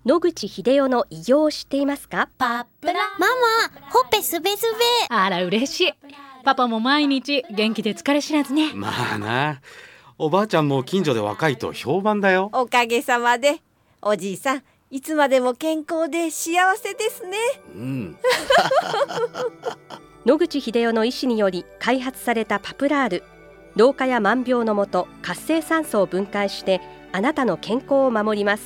野口英世の偉業を知っていますか？ パップラママ、ほっぺすべすべ。 あら嬉しい。パパも毎日元気で疲れ知らずね。 まあな、おばあちゃんも近所で若いと評判だよ。 おかげさまで。おじいさん、いつまでも健康で幸せですね。 野口英世の医師により開発されたパプラール。老化や万病のもと活性酸素を分解してあなたの健康を守ります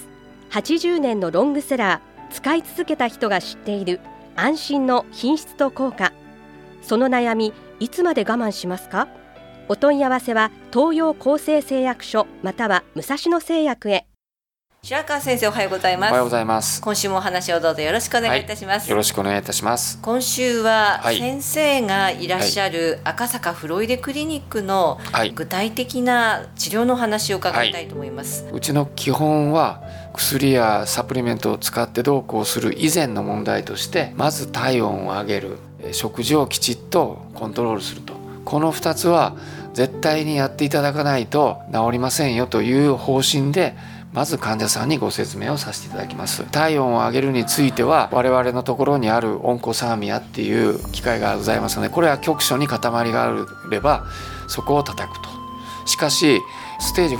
。80年のロングセラー、使い続けた人が知っている安心の品質と効果。その悩み、いつまで我慢しますか？お問い合わせは東洋厚生製薬所または武蔵野製薬へ。 白川先生、おはようございます。 おはようございます。 今週もお話をどうぞよろしくお願いいたします。 よろしくお願いいたします。 今週は先生がいらっしゃる赤坂フロイデクリニックの具体的な治療の話を伺いたいと思います。 うちの基本は薬やサプリメントを使ってどうこうする以前の問題として、まず体温を上げる、食事をきちっとコントロールすると、この2つは絶対にやっていただかないと治りませんよという方針で、まず患者さんにご説明をさせていただきます。体温を上げるについては我々のところにあるオンコサーミアっていう機械がございますので、これは局所に塊があればそこを叩くと。しかしステージ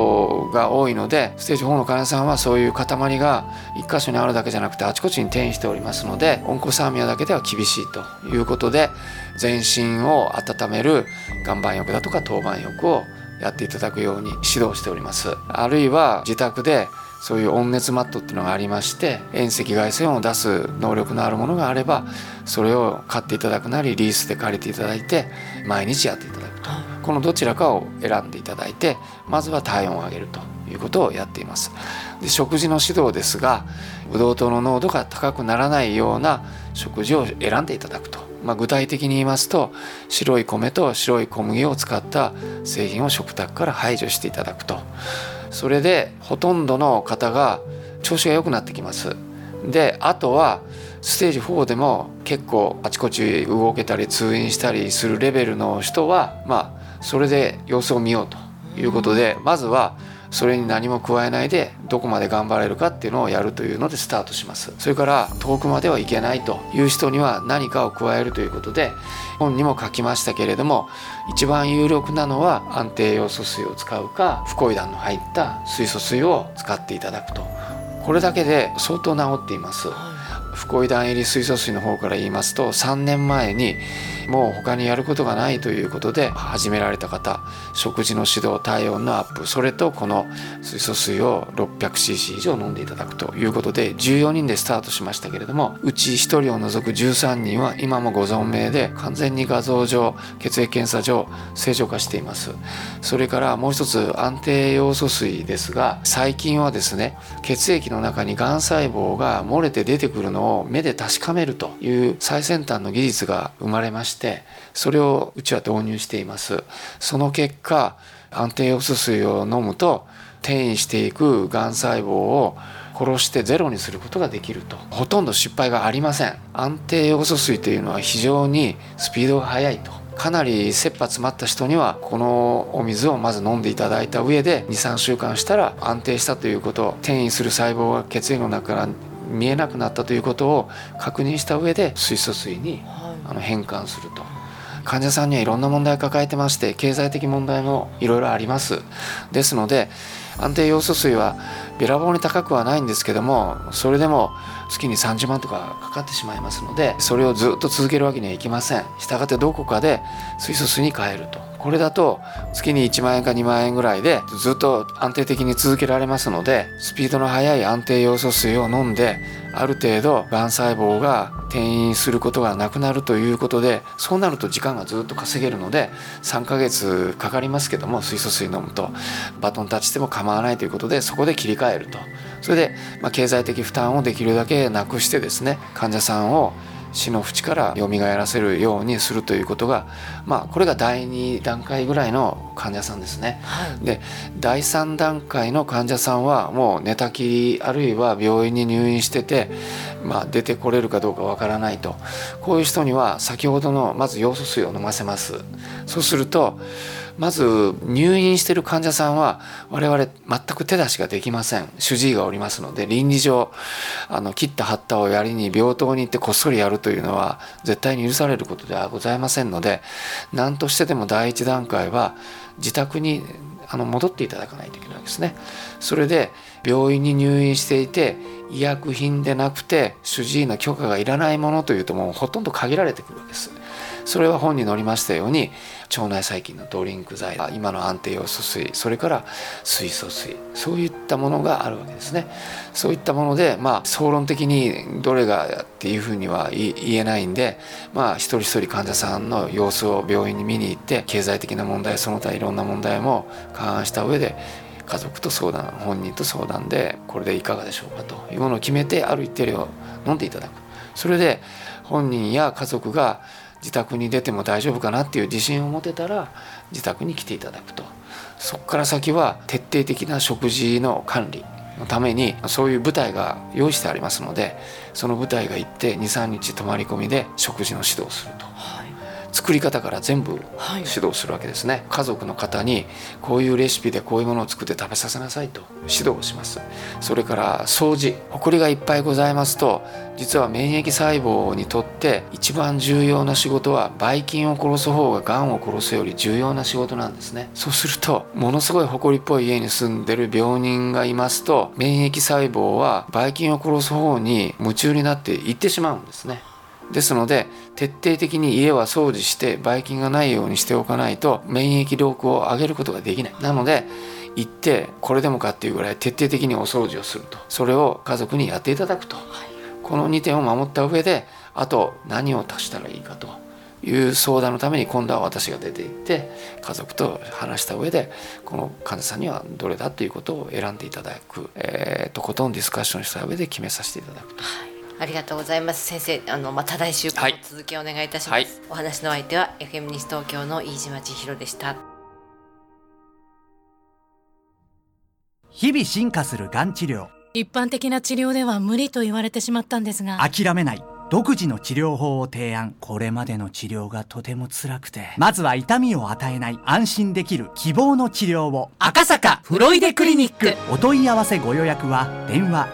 4が多いので、ステージ4の患者さんはそういう塊が1箇所にあるだけじゃなくてあちこちに転移しておりますので、オンコサーミアだけでは厳しいということで、全身を温める岩盤浴だとか当板浴をやっていただくように指導しております。あるいは自宅でそういう温熱マットっていうのがありまして、遠赤外線を出す能力のあるものがあればそれを買っていただくなりリースで借りていただいて毎日やっていただくと、このどちらかを選んでいただいて、まずは体温を上げるということをやっています。で、食事の指導ですが、ブドウ糖の濃度が高くならないような食事を選んでいただくと。具体的に言いますと、白い米と白い小麦を使った製品を食卓から排除していただくと。それでほとんどの方が調子が良くなってきます。で、あとはステージ4でも結構あちこち動けたり通院したりするレベルの人は、それで様子を見ようということで、まずはそれに何も加えないでどこまで頑張れるかっていうのをやるというのでスタートします。それから遠くまではいけないという人には何かを加えるということで、本にも書きましたけれども、一番有力なのは安定ヨウ素水を使うか、フコイダンの入った水素水を使っていただくと。これだけで相当治っています。フコイダン入り水素水の方から言いますと、3年前にもう他にやることがないということで始められた方、食事の指導、体温のアップ、それとこの水素水を 600cc 以上飲んでいただくということで14人でスタートしましたけれども、うち1人を除く13人は今もご存命で、完全に画像上、血液検査上正常化しています。それからもう一つ、安定ヨウ素水ですが、最近はですね、血液の中にがん細胞が漏れて出てくるのを目で確かめるという最先端の技術が生まれまして、それをうちは導入しています。その結果、安定ヨウ素水を飲むと転移していくがん細胞を殺してゼロにすることができると。ほとんど失敗がありません。安定ヨウ素水というのは非常にスピードが速いと。かなり切羽詰まった人にはこのお水をまず飲んでいただいた上で 2,3 週間したら安定したということ、転移する細胞が血液の中から見えなくなったということを確認した上で水素水に変換すると。患者さんにはいろんな問題を抱えてまして、経済的問題もいろいろあります。ですので安定ヨウ素水はべらぼうに高くはないんですけども、それでも月に30万とかかかってしまいますので、それをずっと続けるわけにはいきません。したがってどこかで水素水に変えると。これだと月に1万円か2万円ぐらいでずっと安定的に続けられますので、スピードの速い安定ヨウ素水を飲んである程度がん細胞が転移することがなくなるということで、そうなると時間がずっと稼げるので、3ヶ月かかりますけども水素水飲むとバトンタッチしても構わないということで、そこで切り替えると。それで、経済的負担をできるだけなくしてですね、患者さんを死の淵から蘇らせるようにするということが、これが第2段階ぐらいの患者さんですね。で、第3段階の患者さんはもう寝たきり、あるいは病院に入院してて、 出てこれるかどうかわからないと、こういう人には先ほどのまずヨウ素水を飲ませます。そうするとまず入院している患者さんは我々全く手出しができません。主治医がおりますので、倫理上切った貼ったをやりに病棟に行ってこっそりやるというのは絶対に許されることではございませんので、何としてでも第一段階は自宅に戻っていただかないといけないわけですね。それで病院に入院していて医薬品でなくて主治医の許可がいらないものというともうほとんど限られてくるわけです。それは本に載りましたように腸内細菌のドリンク剤、今の安定ヨウ素水、それから水素水、そういったものがあるわけですね。そういったもので総論的にどれがっていうふうには言えないんで、一人一人患者さんの様子を病院に見に行って経済的な問題その他いろんな問題も勘案した上で家族と相談、本人と相談でこれでいかがでしょうかというものを決めて、ある一定量飲んでいただく。それで本人や家族が自宅に出ても大丈夫かなっていう自信を持てたら自宅に来ていただくと。そこから先は徹底的な食事の管理のためにそういう部隊が用意してありますので、その部隊が行って 2,3 日泊まり込みで食事の指導をすると、作り方から全部指導するわけですね。家族の方にこういうレシピでこういうものを作って食べさせなさいと指導をします。それから掃除、ほこりがいっぱいございますと、実は免疫細胞にとって一番重要な仕事はばい菌を殺す方ががんを殺すより重要な仕事なんですね。そうするとものすごいほこりっぽい家に住んでる病人がいますと、免疫細胞はばい菌を殺す方に夢中になっていってしまうんですね。ですので徹底的に家は掃除してばい菌がないようにしておかないと免疫力を上げることができない。なので行ってこれでもかっていうぐらい徹底的にお掃除をすると、それを家族にやっていただくと、この2点を守った上であと何を足したらいいかという相談のために今度は私が出て行って家族と話した上でこの患者さんにはどれだということを選んでいただく、とことんディスカッションした上で決めさせていただくと。 ありがとうございます。先生、多大週間の続きをお願いいたします。お話の相手は FM 西東京の飯島千尋でした。 日々進化するがん治療。 一般的な治療では無理と言われてしまったんですが、 諦めない。独自の治療法を提案。これまでの治療がとても辛くて、まずは痛みを与えない安心できる希望の治療を。 赤坂フロイデクリニック。 お問い合わせご予約は電話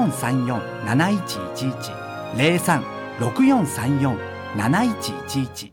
03-6434-7111 03-6434-7111